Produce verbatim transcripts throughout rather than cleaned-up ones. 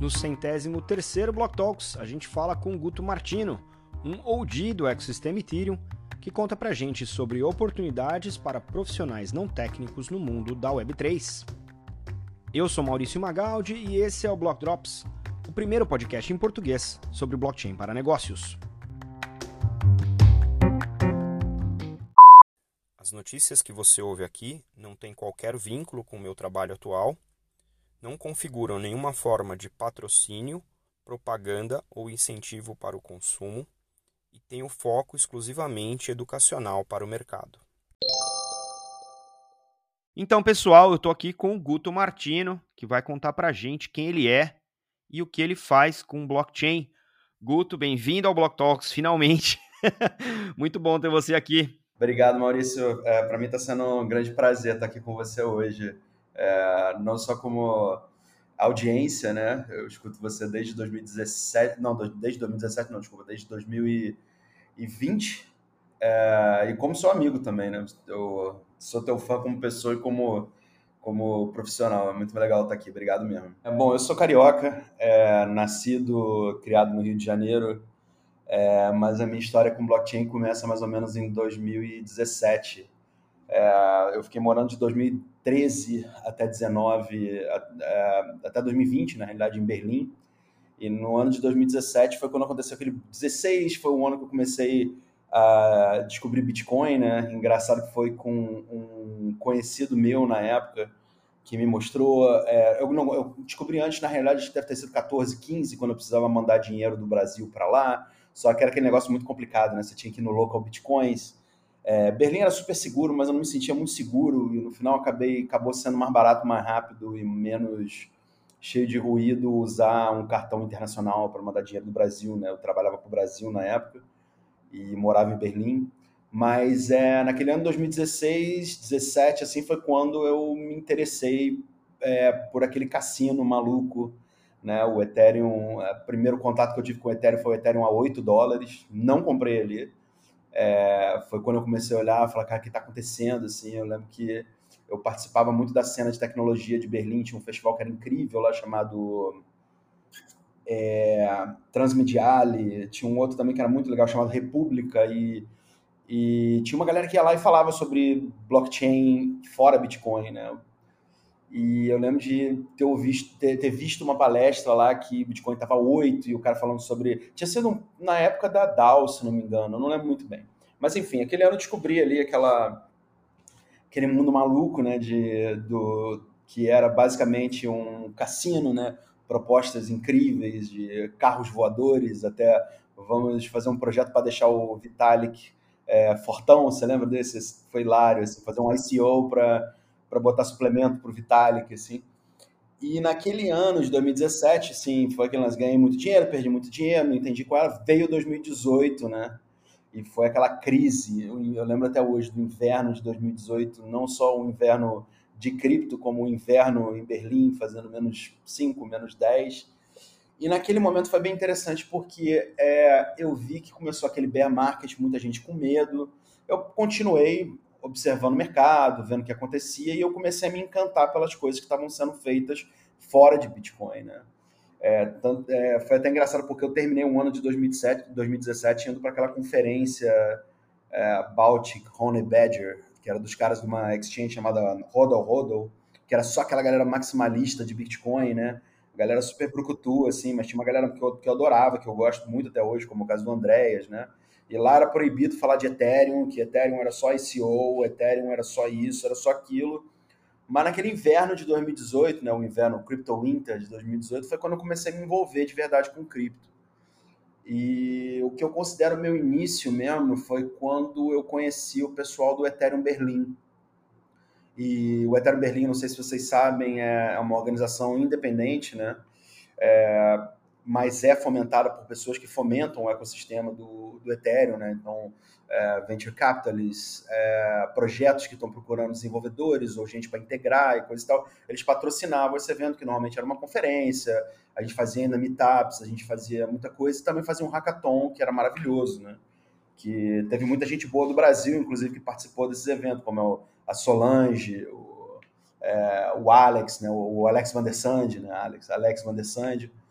No centésimo terceiro Block Talks, a gente fala com Guto Martino, um O G do ecossistema Ethereum, que conta pra gente sobre oportunidades para profissionais não técnicos no mundo da web três. Eu sou Maurício Magaldi e esse é o Block Drops, o primeiro podcast em português sobre blockchain para negócios. As notícias que você ouve aqui não têm qualquer vínculo com o meu trabalho atual, não configuram nenhuma forma de patrocínio, propaganda ou incentivo para o consumo e têm o foco exclusivamente educacional para o mercado. Então, pessoal, eu estou aqui com o Guto Martino, que vai contar para a gente quem ele é e o que ele faz com blockchain. Guto, bem-vindo ao Block Talks, finalmente. Muito bom ter você aqui. Obrigado, Maurício. É, para mim está sendo um grande prazer estar aqui com você hoje. É, não só como audiência, né? Eu escuto você desde dois mil e dezessete, não, desde dois mil e dezessete, não, desculpa, desde dois mil e vinte, é, e como seu amigo também, né? Eu sou teu fã como pessoa e como, como profissional. É muito legal estar aqui. Obrigado mesmo. É, bom, eu sou carioca, é, nascido, criado no Rio de Janeiro. É, mas a minha história com blockchain começa mais ou menos em dois mil e dezessete. É, eu fiquei morando de dois mil e treze até dezenove, é, até dois mil e vinte, na realidade, em Berlim. E no ano de dois mil e dezessete foi quando aconteceu aquele... dezesseis foi o ano que eu comecei a descobrir Bitcoin, né? Engraçado que foi com um conhecido meu na época que me mostrou... É, eu, não, eu descobri antes, na realidade, deve ter sido catorze, quinze, quando eu precisava mandar dinheiro do Brasil para lá. Só que era aquele negócio muito complicado, né? Você tinha que ir no local Bitcoins. É, Berlim era super seguro, mas eu não me sentia muito seguro. E no final acabei, acabou sendo mais barato, mais rápido e menos cheio de ruído usar um cartão internacional para mandar dinheiro do Brasil, né? Eu trabalhava para o Brasil na época e morava em Berlim. Mas é, naquele ano dois mil e dezesseis, dezessete, assim, foi quando eu me interessei é, por aquele cassino maluco, né? O Ethereum, o primeiro contato que eu tive com o Ethereum foi o Ethereum a oito dólares, não comprei ali. É, foi quando eu comecei a olhar e falar, cara, o que está acontecendo? Assim, eu lembro que eu participava muito da cena de tecnologia de Berlim, tinha um festival que era incrível lá, chamado é, Transmediale, tinha um outro também que era muito legal, chamado República, e, e tinha uma galera que ia lá e falava sobre blockchain fora Bitcoin, né? E eu lembro de ter visto, ter, ter visto uma palestra lá que Bitcoin estava oito e o cara falando sobre... Tinha sido um, na época da D A O, se não me engano, eu não lembro muito bem. Mas enfim, aquele ano eu descobri ali aquela, aquele mundo maluco, né, de, do, que era basicamente um cassino, né? Propostas incríveis de carros voadores, até vamos fazer um projeto para deixar o Vitalik é, fortão, você lembra desse? Foi hilário, assim, fazer um I C O para... para botar suplemento para o Vitalik, assim. E naquele ano de dois mil e dezessete, sim, foi aquele lance, ganhei muito dinheiro, perdi muito dinheiro, não entendi qual era, veio dois mil e dezoito, né? E foi aquela crise, eu lembro até hoje do inverno de dois mil e dezoito, não só o inverno de cripto, como o inverno em Berlim, fazendo menos cinco, menos dez. E naquele momento foi bem interessante, porque é, eu vi que começou aquele bear market, muita gente com medo. Eu continuei observando o mercado, vendo o que acontecia, e eu comecei a me encantar pelas coisas que estavam sendo feitas fora de Bitcoin, né? É, tanto, é, foi até engraçado porque eu terminei um ano de dois mil e dezessete indo para aquela conferência é, Baltic Honey Badger, que era dos caras de uma exchange chamada Hodl Hodl, que era só aquela galera maximalista de Bitcoin, né? Galera super brucutu, assim, mas tinha uma galera que eu, que eu adorava, que eu gosto muito até hoje, como o caso do Andreas, né? E lá era proibido falar de Ethereum, que Ethereum era só I C O, Ethereum era só isso, era só aquilo. Mas naquele inverno de dois mil e dezoito, né, o inverno o Crypto Winter de dois mil e dezoito, foi quando eu comecei a me envolver de verdade com cripto. E o que eu considero meu início mesmo foi quando eu conheci o pessoal do Ethereum Berlim. E o Ethereum Berlim, não sei se vocês sabem, é uma organização independente, né? É, mas é fomentada por pessoas que fomentam o ecossistema do, do Ethereum, né? Então, é, venture capitalists, é, projetos que estão procurando desenvolvedores ou gente para integrar e coisa e tal, eles patrocinavam esse evento, que normalmente era uma conferência, a gente fazia ainda meetups, a gente fazia muita coisa, e também fazia um hackathon, que era maravilhoso, né? Que teve muita gente boa do Brasil, inclusive, que participou desses eventos, como a Solange, o, é, o Alex, né? o Alex Van der Sande, né? Alex, Alex Van der Sande.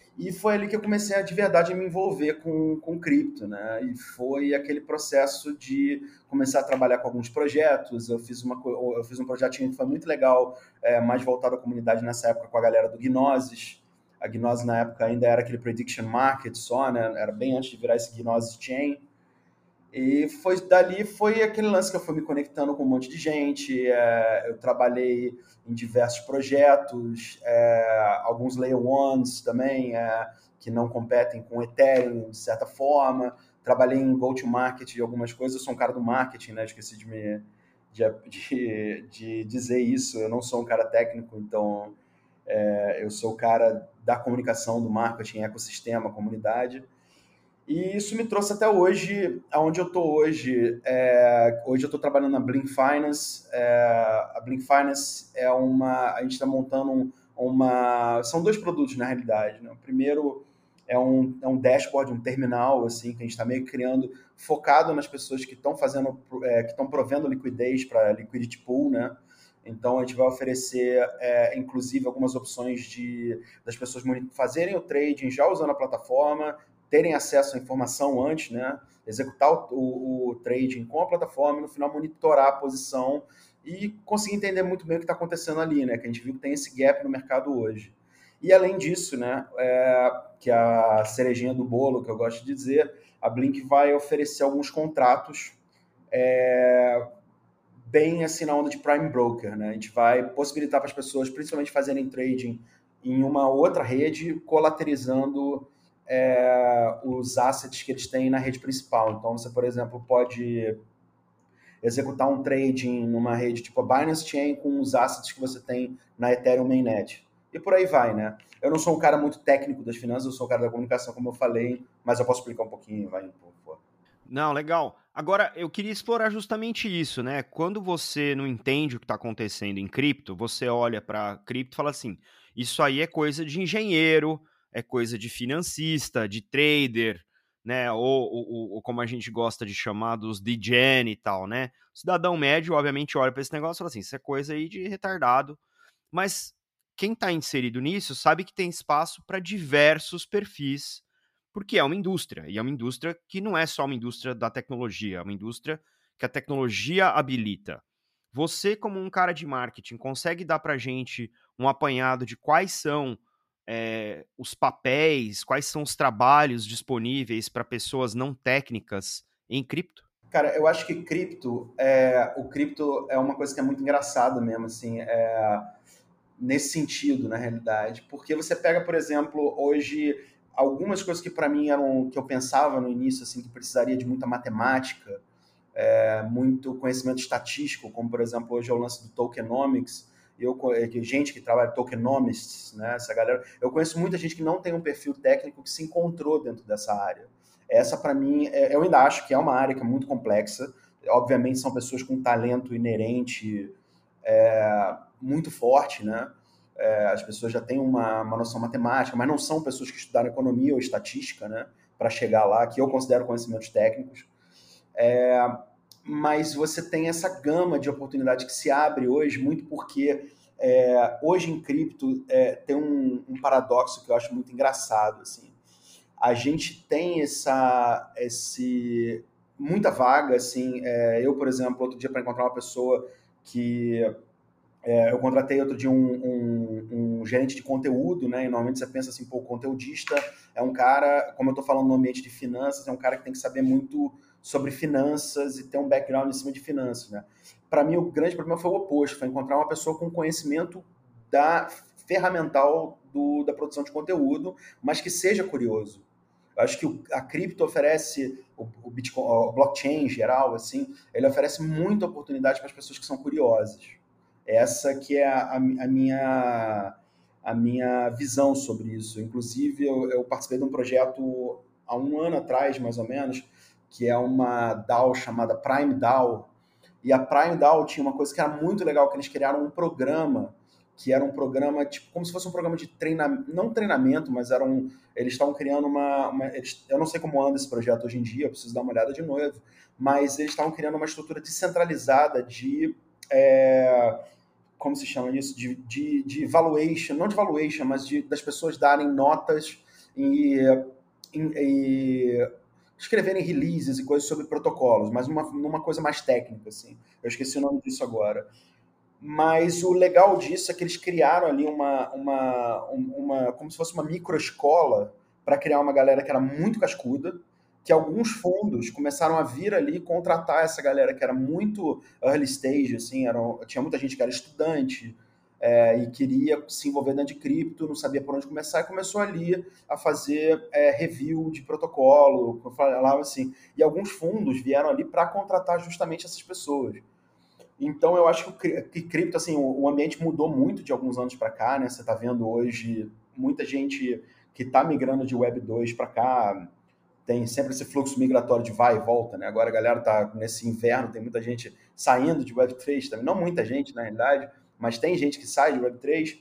E foi ali que eu comecei a, de verdade, a me envolver com, com cripto, né? E foi aquele processo de começar a trabalhar com alguns projetos. Eu fiz, uma, eu fiz um projetinho que foi muito legal, é, mais voltado à comunidade nessa época, com a galera do Gnosis. A Gnosis, na época, ainda era aquele prediction market só, né? Era bem antes de virar esse Gnosis Chain. E foi, dali foi aquele lance que eu fui me conectando com um monte de gente. É, eu trabalhei em diversos projetos, é, alguns layer ones também, é, que não competem com Ethereum, de certa forma. Trabalhei em go-to-market de algumas coisas. Eu sou um cara do marketing, né? Esqueci de, me, de, de, de dizer isso. Eu não sou um cara técnico, então é, eu sou o cara da comunicação, do marketing, ecossistema, comunidade. E isso me trouxe até hoje, aonde eu estou hoje. É, hoje eu estou trabalhando na Blink Finance. É, a Blink Finance é uma... A gente está montando um, uma... São dois produtos, na realidade. Né? O primeiro é um, é um dashboard, um terminal, assim, que a gente está meio criando, focado nas pessoas que estão fazendo, é, que estão provendo liquidez para Liquidity Pool, né? Então, a gente vai oferecer, é, inclusive, algumas opções de, das pessoas fazerem o trading já usando a plataforma, terem acesso à informação antes, né? Executar o, o, o trading com a plataforma e no final monitorar a posição e conseguir entender muito bem o que está acontecendo ali, né? Que a gente viu que tem esse gap no mercado hoje. E além disso, né? É, que a cerejinha do bolo, que eu gosto de dizer, a Blink vai oferecer alguns contratos é, bem assim na onda de Prime Broker, né? A gente vai possibilitar para as pessoas, principalmente, fazerem trading em uma outra rede, colateralizando É, os assets que eles têm na rede principal. Então, você, por exemplo, pode executar um trading numa rede tipo a Binance Chain com os assets que você tem na Ethereum Mainnet. E por aí vai, né? Eu não sou um cara muito técnico das finanças, eu sou um cara da comunicação, como eu falei, mas eu posso explicar um pouquinho, vai um pouco. Não, legal. Agora, eu queria explorar justamente isso, né? Quando você não entende o que está acontecendo em cripto, você olha para cripto e fala assim, isso aí é coisa de engenheiro, é coisa de financista, de trader, né? Ou, ou, ou como a gente gosta de chamar dos degen e tal, né? O cidadão médio, obviamente, olha para esse negócio e fala assim, isso é coisa aí de retardado. Mas quem está inserido nisso sabe que tem espaço para diversos perfis, porque é uma indústria, e é uma indústria que não é só uma indústria da tecnologia, é uma indústria que a tecnologia habilita. Você, como um cara de marketing, consegue dar para a gente um apanhado de quais são é, os papéis, quais são os trabalhos disponíveis para pessoas não técnicas em cripto? Cara, eu acho que cripto, é, o cripto é uma coisa que é muito engraçada mesmo, assim, é, nesse sentido, na realidade, porque você pega, por exemplo, hoje algumas coisas que para mim eram que eu pensava no início assim que precisaria de muita matemática, é, muito conhecimento estatístico, como por exemplo hoje é o lance do tokenomics. Eu gente que trabalha tokenomists, né? Essa galera, eu conheço muita gente que não tem um perfil técnico que se encontrou dentro dessa área. Essa para mim, é, eu ainda acho que é uma área que é muito complexa. Obviamente são pessoas com talento inerente é, muito forte, né? É, as pessoas já têm uma, uma noção matemática, mas não são pessoas que estudaram economia ou estatística, né? Para chegar lá, que eu considero conhecimentos técnicos. É, mas você tem essa gama de oportunidade que se abre hoje, muito porque é, hoje em cripto é, tem um, um paradoxo que eu acho muito engraçado. Assim. A gente tem essa, esse, muita vaga. Assim, é, eu, por exemplo, outro dia para encontrar uma pessoa que é, eu contratei outro dia um, um, um gerente de conteúdo, né? E normalmente você pensa assim, pô, o conteudista é um cara, como eu estou falando no ambiente de finanças, é um cara que tem que saber muito sobre finanças e ter um background em cima de finanças, né? Para mim, o grande problema foi o oposto, foi encontrar uma pessoa com conhecimento da ferramental do, da produção de conteúdo, mas que seja curioso. Eu acho que a cripto oferece, o, o, Bitcoin, o blockchain em geral, assim, ele oferece muita oportunidade para as pessoas que são curiosas. Essa que é a, a, a, minha, a minha visão sobre isso. Inclusive, eu, eu participei de um projeto há um ano atrás, mais ou menos, que é uma DAO chamada Prime DAO. E a Prime DAO tinha uma coisa que era muito legal, que eles criaram um programa, que era um programa, tipo, como se fosse um programa de treinamento, não treinamento, mas era um, eles estavam criando uma... uma eles, eu não sei como anda esse projeto hoje em dia, eu preciso dar uma olhada de novo, mas eles estavam criando uma estrutura descentralizada de... É, como se chama isso? De, de, de valuation, não de valuation, mas de, das pessoas darem notas e, e, e escreverem releases e coisas sobre protocolos, mas numa, numa coisa mais técnica, assim. Eu esqueci o nome disso agora. Mas o legal disso é que eles criaram ali uma, uma, uma como se fosse uma microescola para criar uma galera que era muito cascuda, que alguns fundos começaram a vir ali contratar essa galera que era muito early stage, assim, eram, tinha muita gente que era estudante é, e queria se envolver dentro de cripto, não sabia por onde começar, e começou ali a fazer é, review de protocolo, eu falava assim, e alguns fundos vieram ali para contratar justamente essas pessoas. Então, eu acho que, que cripto, assim, o, o ambiente mudou muito de alguns anos para cá, né? Você está vendo hoje muita gente que está migrando de Web dois para cá, tem sempre esse fluxo migratório de vai e volta, né? Agora a galera está nesse inverno, tem muita gente saindo de Web três também, não muita gente, na realidade, mas tem gente que sai de Web três,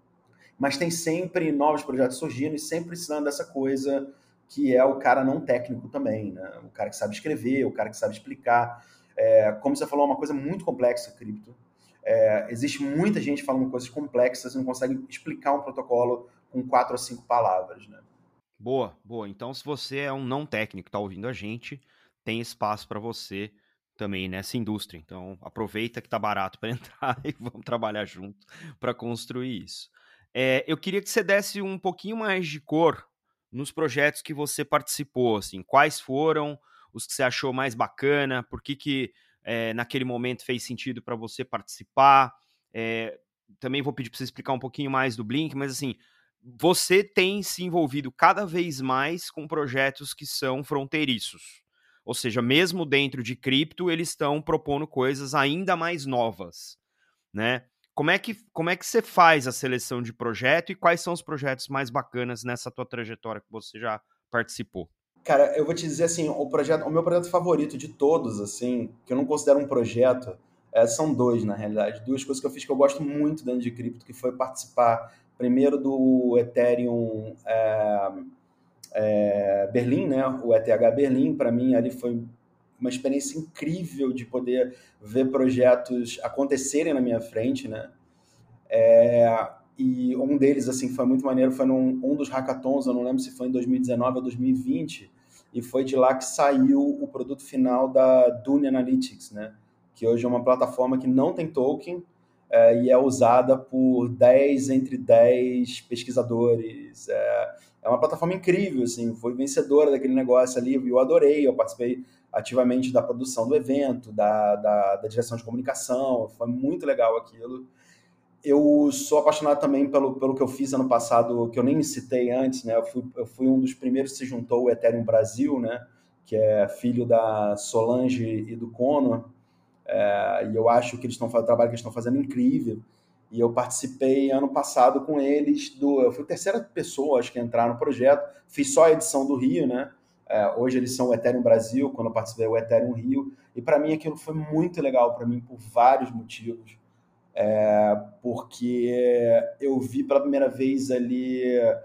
mas tem sempre novos projetos surgindo e sempre precisando dessa coisa que é o cara não técnico também, né? O cara que sabe escrever, o cara que sabe explicar. É, como você falou, é uma coisa muito complexa, cripto. É, existe muita gente falando coisas complexas e não consegue explicar um protocolo com quatro ou cinco palavras, né? Boa, boa. Então, se você é um não técnico, está ouvindo a gente, tem espaço para você também nessa indústria. Então, aproveita que tá barato para entrar e vamos trabalhar junto para construir isso. É, eu queria que você desse um pouquinho mais de cor nos projetos que você participou, assim, quais foram os que você achou mais bacana, por que que é, naquele momento fez sentido para você participar. É, também vou pedir para você explicar um pouquinho mais do Blink, mas assim, você tem se envolvido cada vez mais com projetos que são fronteiriços. Ou seja, mesmo dentro de cripto, eles estão propondo coisas ainda mais novas, né? Como é que, como é que você faz a seleção de projeto e quais são os projetos mais bacanas nessa tua trajetória que você já participou? Cara, eu vou te dizer assim, o projeto, o meu projeto favorito de todos, assim, que eu não considero um projeto, é, são dois, na realidade. Duas coisas que eu fiz que eu gosto muito dentro de cripto, que foi participar primeiro do Ethereum é, é, Berlim, né? O E T H Berlim, para mim, ali foi uma experiência incrível de poder ver projetos acontecerem na minha frente, né? É, e um deles, assim, foi muito maneiro, foi num um dos hackathons, eu não lembro se foi em dois mil e dezenove ou dois mil e vinte, e foi de lá que saiu o produto final da Dune Analytics, né? Que hoje é uma plataforma que não tem token é, e é usada por dez entre dez pesquisadores. É, é uma plataforma incrível, assim, foi vencedora daquele negócio ali, eu adorei, eu participei ativamente da produção do evento, da, da, da direção de comunicação, foi muito legal aquilo. Eu sou apaixonado também pelo, pelo que eu fiz ano passado, que eu nem citei antes, né? Eu fui, eu fui um dos primeiros que se juntou ao Ethereum Brasil, né? Que é filho da Solange e do Conor. É, e eu acho que eles estão fazendo o trabalho que eles estão fazendo incrível. E eu participei ano passado com eles do. Eu fui a terceira pessoa, acho que, a entrar no projeto. Fiz só a edição do Rio, né? É, hoje eles são o Ethereum Brasil, quando eu participei o Ethereum Rio. E para mim aquilo foi muito legal, para mim, por vários motivos. É, porque eu vi pela primeira vez ali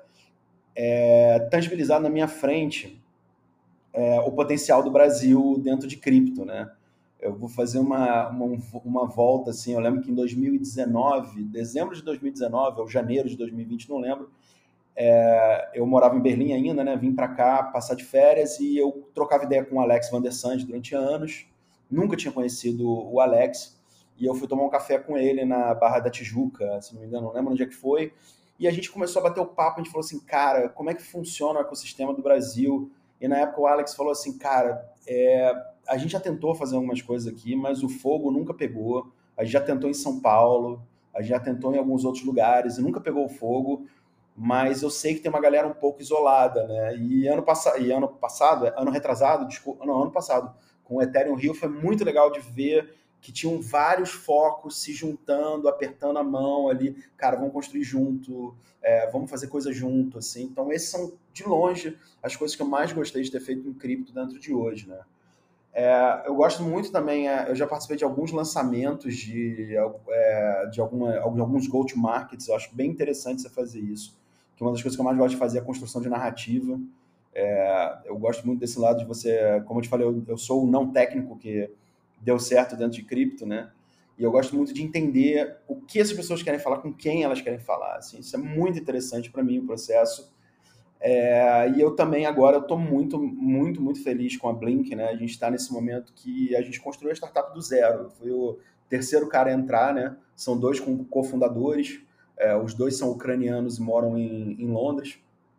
é, tangibilizado na minha frente é, o potencial do Brasil dentro de cripto, né? Eu vou fazer uma, uma, uma volta, assim, eu lembro que em dois mil e dezenove, dezembro de dois mil e dezenove ou janeiro de dois mil e vinte, não lembro, é, eu morava em Berlim ainda, né? Vim para cá passar de férias e eu trocava ideia com o Alex Van der Sande durante anos, nunca tinha conhecido o Alex, e eu fui tomar um café com ele na Barra da Tijuca, se não me engano, não lembro onde é que foi, e a gente começou a bater o papo, a gente falou assim, cara, como é que funciona o ecossistema do Brasil? E na época o Alex falou assim, cara, é, a gente já tentou fazer algumas coisas aqui, mas o fogo nunca pegou, a gente já tentou em São Paulo, a gente já tentou em alguns outros lugares e nunca pegou o fogo, mas eu sei que tem uma galera um pouco isolada, né? E ano, pass- e ano passado, ano retrasado, desculpa, não, ano passado, com o Ethereum Rio, foi muito legal de ver que tinham vários focos se juntando, apertando a mão ali, cara, vamos construir junto, é, vamos fazer coisa junto, assim. Então, esses são, de longe, as coisas que eu mais gostei de ter feito em cripto dentro de hoje, né? É, eu gosto muito também, é, eu já participei de alguns lançamentos de, é, de, alguma, de alguns go-to-markets, eu acho bem interessante você fazer isso, que uma das coisas que eu mais gosto de fazer é a construção de narrativa. É, eu gosto muito desse lado de você, como eu te falei, eu, eu sou o não técnico que deu certo dentro de cripto, né? E eu gosto muito de entender o que essas pessoas querem falar, com quem elas querem falar. Assim, isso é muito interessante para mim, o processo. É, e eu também agora eu estou muito, muito, muito feliz com a Blink, né? A gente está nesse momento que a gente construiu a startup do zero. Eu fui o terceiro cara a entrar, né? São dois cofundadores, é, os dois são ucranianos e moram em, em Londres,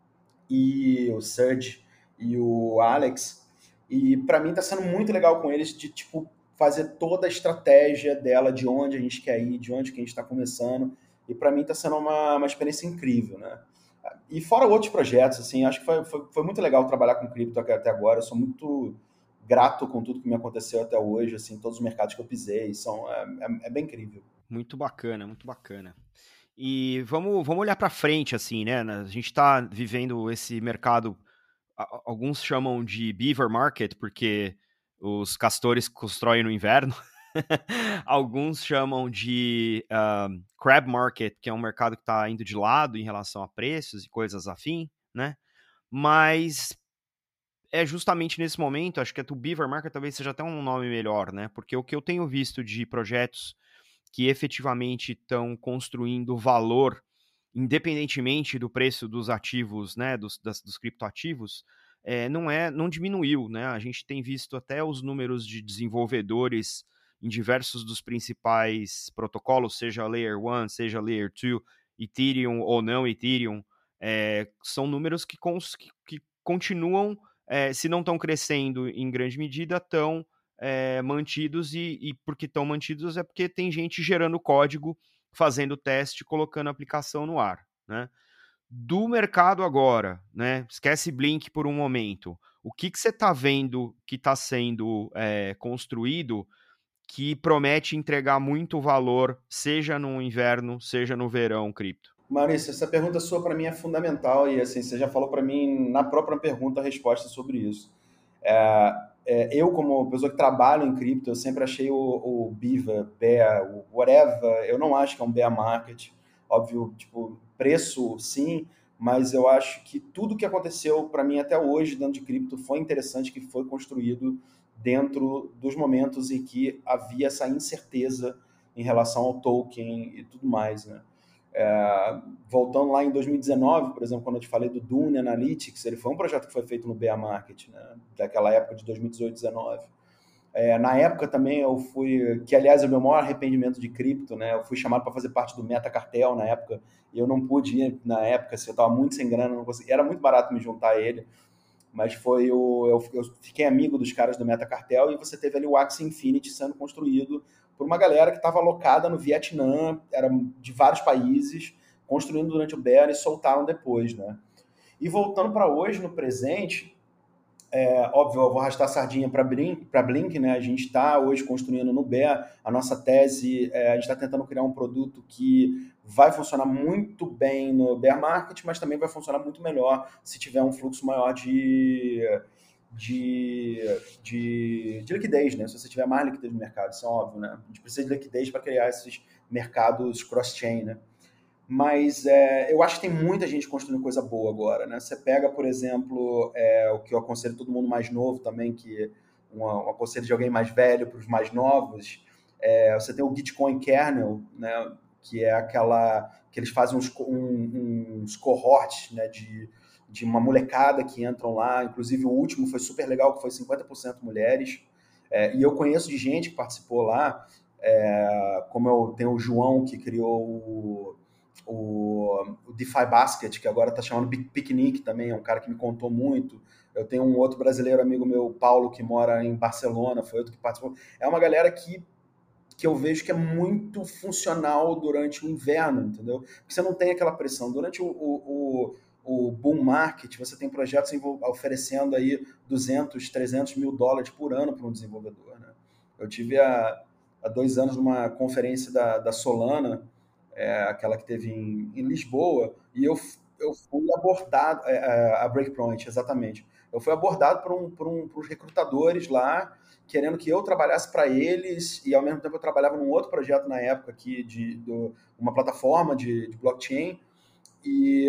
e o Serge e o Alex. E para mim está sendo muito legal com eles de tipo fazer toda a estratégia dela, de onde a gente quer ir, de onde que a gente está começando. E para mim está sendo uma, uma experiência incrível, né? E fora outros projetos, assim, acho que foi, foi, foi muito legal trabalhar com cripto até agora. Eu sou muito grato com tudo que me aconteceu até hoje, assim, todos os mercados que eu pisei, são, é, é, é bem incrível. Muito bacana, muito bacana. E vamos, vamos olhar para frente, assim, né? A gente está vivendo esse mercado, alguns chamam de beaver market, porque os castores constroem no inverno. Alguns chamam de uh, crab market, que é um mercado que está indo de lado em relação a preços e coisas afim, né? Mas é justamente nesse momento, acho que o beaver market talvez seja até um nome melhor, né? Porque o que eu tenho visto de projetos que efetivamente estão construindo valor, independentemente do preço dos ativos, né, dos, das, dos criptoativos, é, não, é, não diminuiu, né? A gente tem visto até os números de desenvolvedores em diversos dos principais protocolos, seja Layer um, seja Layer dois, Ethereum ou não Ethereum, é, são números que, cons, que, que continuam, é, se não estão crescendo em grande medida, estão É, mantidos, e, e porque estão mantidos é porque tem gente gerando código, fazendo teste, colocando a aplicação no ar, né? Do mercado agora, né? Esquece Blink por um momento. O que, que você está vendo que está sendo é, construído que promete entregar muito valor, seja no inverno, seja no verão, cripto? Maurício, essa pergunta sua para mim é fundamental e assim, você já falou para mim na própria pergunta a resposta sobre isso. É, é, eu, como pessoa que trabalha em cripto, eu sempre achei o, o Biva, Bear, o whatever, eu não acho que é um bear market. Óbvio, tipo, preço sim, mas eu acho que tudo que aconteceu para mim até hoje dentro de cripto foi interessante, que foi construído dentro dos momentos em que havia essa incerteza em relação ao token e tudo mais, né? É, voltando lá em dois mil e dezenove, por exemplo, quando eu te falei do Dune Analytics, ele foi um projeto que foi feito no bear market, né, daquela época de dois mil e dezoito, dezenove. É, na época também eu fui, que aliás é o meu maior arrependimento de cripto, né? Eu fui chamado para fazer parte do Meta Cartel na época, e eu não pude ir na época, assim, eu estava muito sem grana, não consegui, era muito barato me juntar a ele, mas foi o, eu, eu fiquei amigo dos caras do Meta Cartel, e você teve ali o Axie Infinity sendo construído por uma galera que estava alocada no Vietnã, era de vários países, construindo durante o bear e soltaram depois, né? E voltando para hoje, no presente, é, óbvio, eu vou arrastar a sardinha para Blink, para Blink, né? A gente está hoje construindo no bear, a nossa tese, é, a gente está tentando criar um produto que vai funcionar muito bem no bear market, mas também vai funcionar muito melhor se tiver um fluxo maior de, de, de, de liquidez, né? Se você tiver mais liquidez no mercado, isso é óbvio, né? A gente precisa de liquidez para criar esses mercados cross-chain, né? Mas é, eu acho que tem muita gente construindo coisa boa agora, né? Você pega, por exemplo, é, o que eu aconselho todo mundo mais novo também, que um, um aconselho de alguém mais velho para os mais novos, é, você tem o Gitcoin Kernel, né? Que é aquela que eles fazem uns, um, uns cohorts, né? De, de uma molecada que entram lá, inclusive o último foi super legal, que foi cinquenta por cento mulheres, é, e eu conheço de gente que participou lá, é, como eu tenho o João, que criou o o, o DeFi Basket, que agora está chamando Picnic também, é um cara que me contou muito. Eu tenho um outro brasileiro amigo meu, Paulo, que mora em Barcelona, foi outro que participou. É uma galera que, que eu vejo que é muito funcional durante o inverno, entendeu? Porque você não tem aquela pressão. Durante o, o, o, o bull market, você tem projetos oferecendo aí duzentos, trezentos mil dólares por ano para um desenvolvedor, né? Eu tive há, há dois anos numa conferência da, da Solana, é, aquela que teve em, em Lisboa, e eu, eu fui abordado, é, a Breakpoint, exatamente. Eu fui abordado por, um, por, um, por uns recrutadores lá, querendo que eu trabalhasse para eles, e ao mesmo tempo eu trabalhava num outro projeto na época aqui, de, de uma plataforma de, de blockchain, e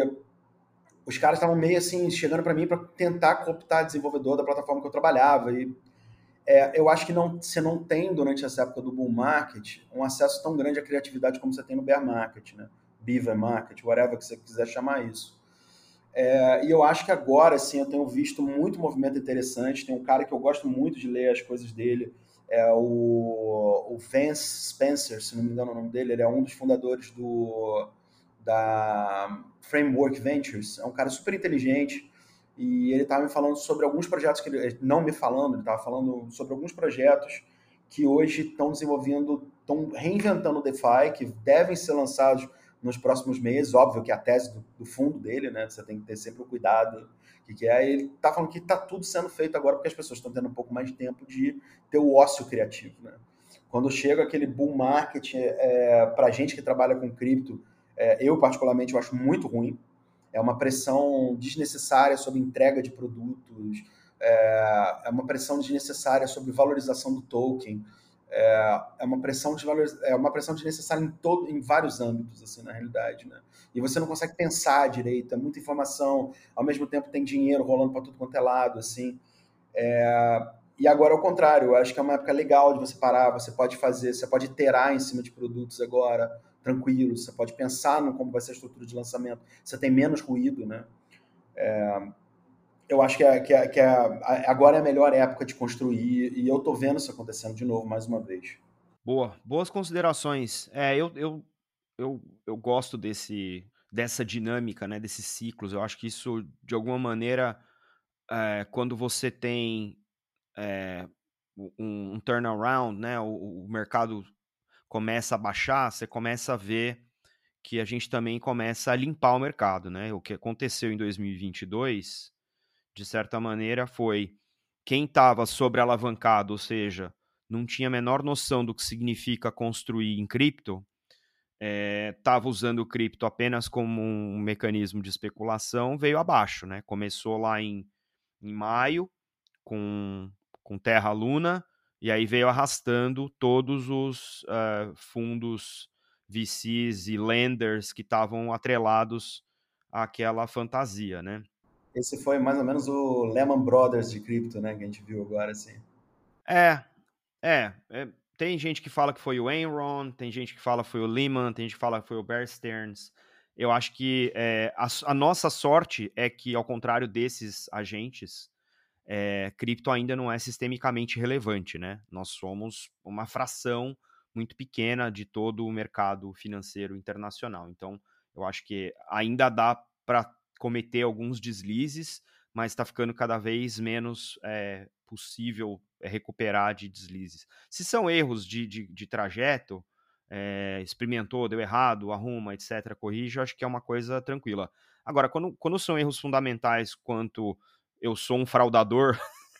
os caras estavam meio assim, chegando para mim para tentar cooptar desenvolvedor da plataforma que eu trabalhava, e é, eu acho que não, você não tem, durante essa época do bull market, um acesso tão grande à criatividade como você tem no bear market, né? Beaver market, whatever que você quiser chamar isso. É, e eu acho que agora, assim, eu tenho visto muito movimento interessante. Tem um cara que eu gosto muito de ler as coisas dele, é o, o Vance Spencer, se não me engano o nome dele. Ele é um dos fundadores do, da Framework Ventures. É um cara super inteligente e ele estava me falando sobre alguns projetos que ele, não me falando, ele estava falando sobre alguns projetos que hoje estão desenvolvendo, estão reinventando o DeFi, que devem ser lançados nos próximos meses. Óbvio que é a tese do, do fundo dele, né? Você tem que ter sempre o cuidado que, que é. Ele está falando que está tudo sendo feito agora porque as pessoas estão tendo um pouco mais de tempo de ter o ócio criativo, né? Quando chega aquele bull market, é, para a gente que trabalha com cripto, é, eu particularmente eu acho muito ruim. É uma pressão desnecessária sobre entrega de produtos, é, é uma pressão desnecessária sobre valorização do token, é, é uma pressão de valor, é uma pressão desnecessária em todo, em vários âmbitos, assim, na realidade, né? E você não consegue pensar direito, é muita informação, ao mesmo tempo tem dinheiro rolando para tudo quanto é lado, assim. É, e agora, ao contrário, eu acho que é uma época legal de você parar, você pode fazer, você pode iterar em cima de produtos agora, tranquilo, você pode pensar no como vai ser a estrutura de lançamento, você tem menos ruído, né? É, eu acho que, é, que, é, que é, agora é a melhor época de construir, e eu tô vendo isso acontecendo de novo, mais uma vez. Boa, boas considerações. É, eu, eu, eu, eu gosto desse, dessa dinâmica, né, desses ciclos. Eu acho que isso, de alguma maneira, é, quando você tem é, um, um turnaround, né, o, o mercado começa a baixar, você começa a ver que a gente também começa a limpar o mercado, né? O que aconteceu em dois mil e vinte e dois, de certa maneira, foi quem estava sobrealavancado, ou seja, não tinha a menor noção do que significa construir em cripto, estava é, usando o cripto apenas como um mecanismo de especulação, veio abaixo, né? Começou lá em, em maio, com, com Terra Luna, e aí veio arrastando todos os uh, fundos V Cs e lenders que estavam atrelados àquela fantasia, né? Esse foi mais ou menos o Lehman Brothers de cripto, né, que a gente viu agora, assim. É, é, é, tem gente que fala que foi o Enron, tem gente que fala que foi o Lehman, tem gente que fala que foi o Bear Stearns. Eu acho que é, a, a nossa sorte é que, ao contrário desses agentes, é, cripto ainda não é sistemicamente relevante, né? Nós somos uma fração muito pequena de todo o mercado financeiro internacional. Então, eu acho que ainda dá para cometer alguns deslizes, mas está ficando cada vez menos é, possível recuperar de deslizes. Se são erros de, de, de trajeto, é, experimentou, deu errado, arruma, etcétera, corrige, eu acho que é uma coisa tranquila. Agora, quando, quando são erros fundamentais quanto eu sou um fraudador,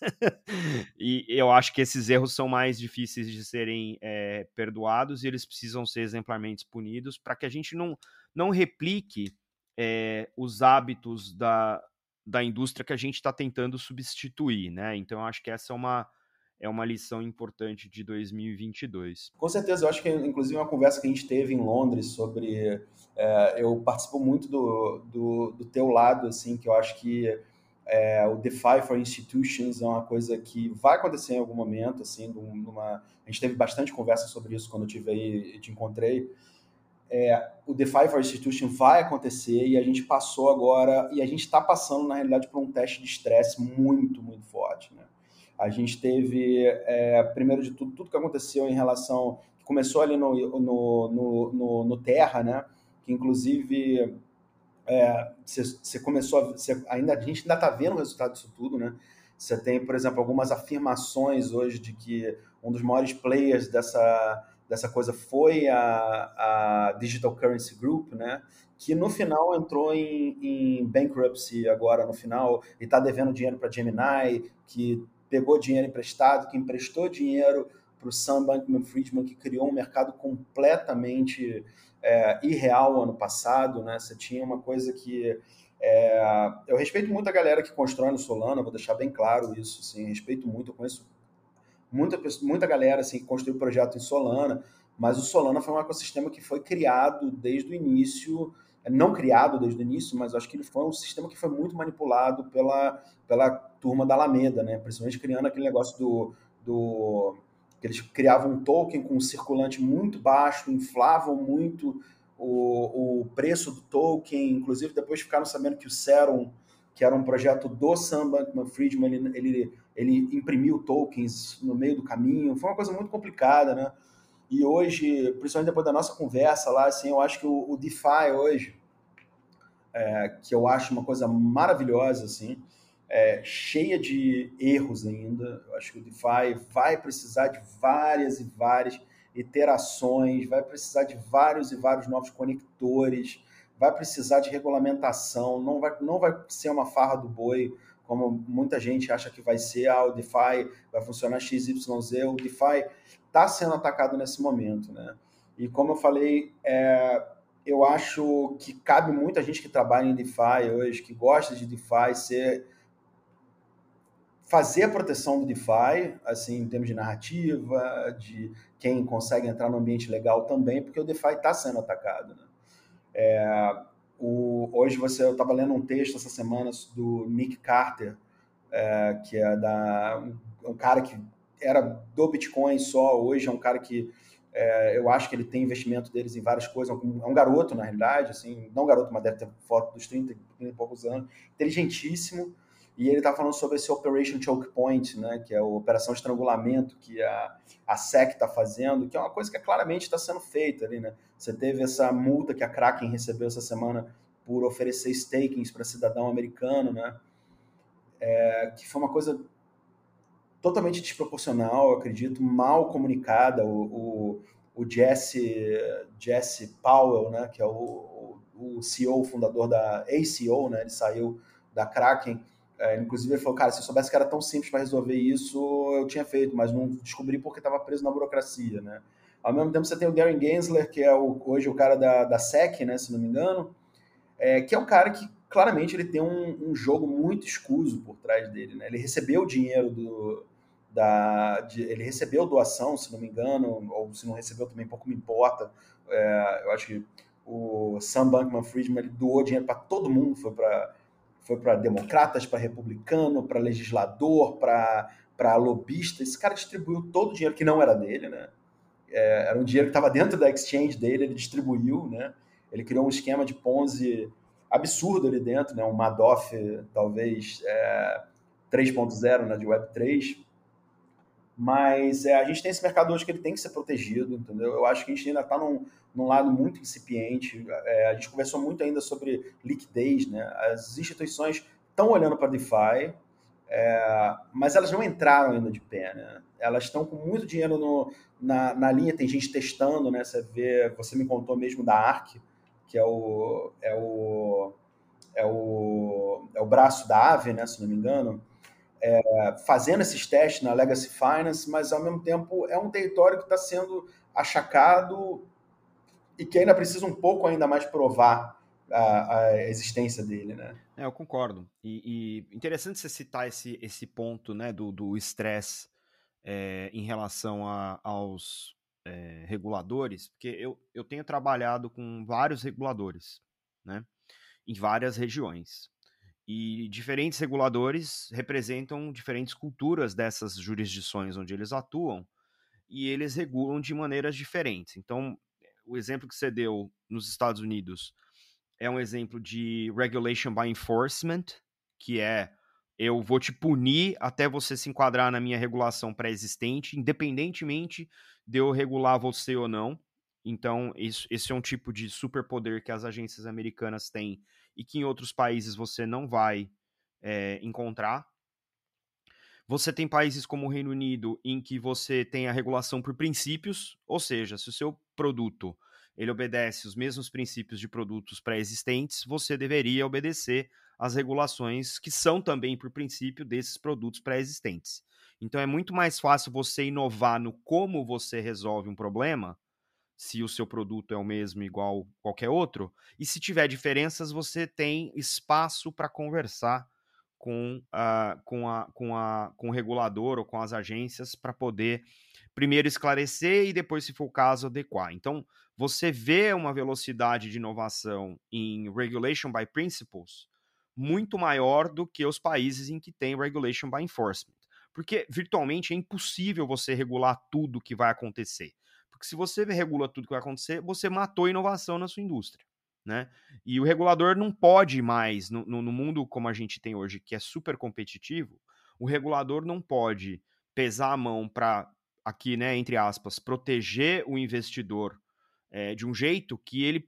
e eu acho que esses erros são mais difíceis de serem é, perdoados e eles precisam ser exemplarmente punidos para que a gente não, não replique é, os hábitos da, da indústria que a gente está tentando substituir, né? Então, eu acho que essa é uma, é uma lição importante de dois mil e vinte e dois. Com certeza, eu acho que, inclusive, uma conversa que a gente teve em Londres sobre... É, eu participo muito do, do, do teu lado, assim, que eu acho que é, o DeFi for Institutions é uma coisa que vai acontecer em algum momento, assim, numa... a gente teve bastante conversa sobre isso quando eu tive aí e te encontrei. É, o DeFi for Institution vai acontecer e a gente passou agora, e a gente está passando, na realidade, por um teste de estresse muito, muito forte, né? A gente teve, é, primeiro de tudo, tudo que aconteceu em relação... Começou ali no, no, no, no, no Terra, né? Que, inclusive, você é, começou a... Cê, ainda, a gente ainda está vendo o resultado disso tudo, né? Você tem, por exemplo, algumas afirmações hoje de que um dos maiores players dessa, dessa coisa foi a, a Digital Currency Group, né? Que no final entrou em, em bankruptcy agora no final e está devendo dinheiro para a Gemini, que pegou dinheiro emprestado, que emprestou dinheiro para o Sam Bankman-Friedman, que criou um mercado completamente é, irreal ano passado, né? Você tinha uma coisa que... É, eu respeito muito a galera que constrói no Solana, vou deixar bem claro isso, assim, respeito muito, eu conheço muita, muita galera assim, que construiu projeto em Solana, mas o Solana foi um ecossistema que foi criado desde o início, não criado desde o início, mas acho que ele foi um sistema que foi muito manipulado pela, pela turma da Alameda, né? Principalmente criando aquele negócio do... do que eles criavam um token com um circulante muito baixo, inflavam muito o, o preço do token, inclusive depois ficaram sabendo que o Serum, que era um projeto do Sam Bankman-Friedman, ele, ele, ele imprimiu tokens no meio do caminho, foi uma coisa muito complicada, né? E hoje, principalmente depois da nossa conversa lá, assim, eu acho que o, o DeFi hoje, é, que eu acho uma coisa maravilhosa, assim, é, cheia de erros ainda. Eu acho que o DeFi vai precisar de várias e várias iterações, vai precisar de vários e vários novos conectores, vai precisar de regulamentação, não vai, não vai ser uma farra do boi, como muita gente acha que vai ser, ah, o DeFi vai funcionar X Y Z, o DeFi está sendo atacado nesse momento, né? E como eu falei, é, eu acho que cabe muita gente que trabalha em DeFi hoje, que gosta de DeFi, ser, fazer a proteção do DeFi, assim, em termos de narrativa, de quem consegue entrar no ambiente legal também, porque o DeFi está sendo atacado, né? É, o, hoje você, eu estava lendo um texto essa semana do Nick Carter, é, que é da, um, um cara que era do Bitcoin só, hoje é um cara que é, eu acho que ele tem investimento deles em várias coisas, é um garoto na realidade, assim, não garoto, mas deve ter foto dos trinta, trinta e poucos anos, inteligentíssimo, e ele está falando sobre esse Operation Choke Point, né, que é a Operação Estrangulamento que a, a S E C está fazendo, que é uma coisa que claramente está sendo feita ali, né? Você teve essa multa que a Kraken recebeu essa semana por oferecer stakings para cidadão americano, né? É, que foi uma coisa totalmente desproporcional, eu acredito, mal comunicada. O, o, o Jesse, Jesse Powell, né, que é o, o, o C E O, fundador da A C O, né, ele saiu da Kraken. É, inclusive, ele falou, cara, se eu soubesse que era tão simples para resolver isso, eu tinha feito, mas não descobri porque estava preso na burocracia, né? Ao mesmo tempo, você tem o Gary Gensler, que é o, hoje o cara da, da S E C, né, se não me engano, é, que é um cara que, claramente, ele tem um, um jogo muito escuso por trás dele, né? Ele recebeu o dinheiro do... Da, de, ele recebeu doação, se não me engano, ou se não recebeu também, pouco me importa. É, eu acho que o Sam Bankman-Friedman, ele doou dinheiro para todo mundo, foi para foi para democratas, para republicano, para legislador, para lobista. Esse cara distribuiu todo o dinheiro que não era dele, né? É, era um dinheiro que estava dentro da exchange dele, ele distribuiu, né? Ele criou um esquema de Ponzi absurdo ali dentro, né? Um Madoff, talvez, é, três ponto zero, né? De web três. Mas é, a gente tem esse mercado hoje que ele tem que ser protegido, entendeu? Eu acho que a gente ainda está num, num lado muito incipiente. É, a gente conversou muito ainda sobre liquidez, né? As instituições estão olhando para DeFi, é, mas elas não entraram ainda de pé, né? Elas estão com muito dinheiro no, na, na linha, tem gente testando, né? Você vê, você me contou mesmo da Ark, que é o, é o, é o, é o braço da Aave, né? Se não me engano. É, fazendo esses testes na Legacy Finance, mas ao mesmo tempo é um território que está sendo achacado e que ainda precisa um pouco ainda mais provar a, a existência dele, né? É, eu concordo. E, e interessante você citar esse, esse ponto, né, do estresse é, em relação a, aos é, reguladores, porque eu, eu tenho trabalhado com vários reguladores, né, em várias regiões. E diferentes reguladores representam diferentes culturas dessas jurisdições onde eles atuam, e eles regulam de maneiras diferentes. Então, o exemplo que você deu nos Estados Unidos é um exemplo de regulation by enforcement, que é eu vou te punir até você se enquadrar na minha regulação pré-existente, independentemente de eu regular você ou não. Então, isso, esse é um tipo de superpoder que as agências americanas têm e que em outros países você não vai é, encontrar. Você tem países como o Reino Unido em que você tem a regulação por princípios, ou seja, se o seu produto ele obedece os mesmos princípios de produtos pré-existentes, você deveria obedecer às regulações que são também por princípio desses produtos pré-existentes. Então é muito mais fácil você inovar no como você resolve um problema, se o seu produto é o mesmo igual qualquer outro, e se tiver diferenças, você tem espaço para conversar com, a, com, a, com, a, com o regulador ou com as agências para poder primeiro esclarecer e depois, se for o caso, adequar. Então, você vê uma velocidade de inovação em regulation by principles muito maior do que os países em que tem regulation by enforcement. Porque virtualmente é impossível você regular tudo que vai acontecer. Porque Porque se você regula tudo que vai acontecer, você matou a inovação na sua indústria, né? E o regulador não pode mais, no, no, no mundo como a gente tem hoje, que é super competitivo, o regulador não pode pesar a mão para, aqui, né, entre aspas, proteger o investidor é, de um jeito que ele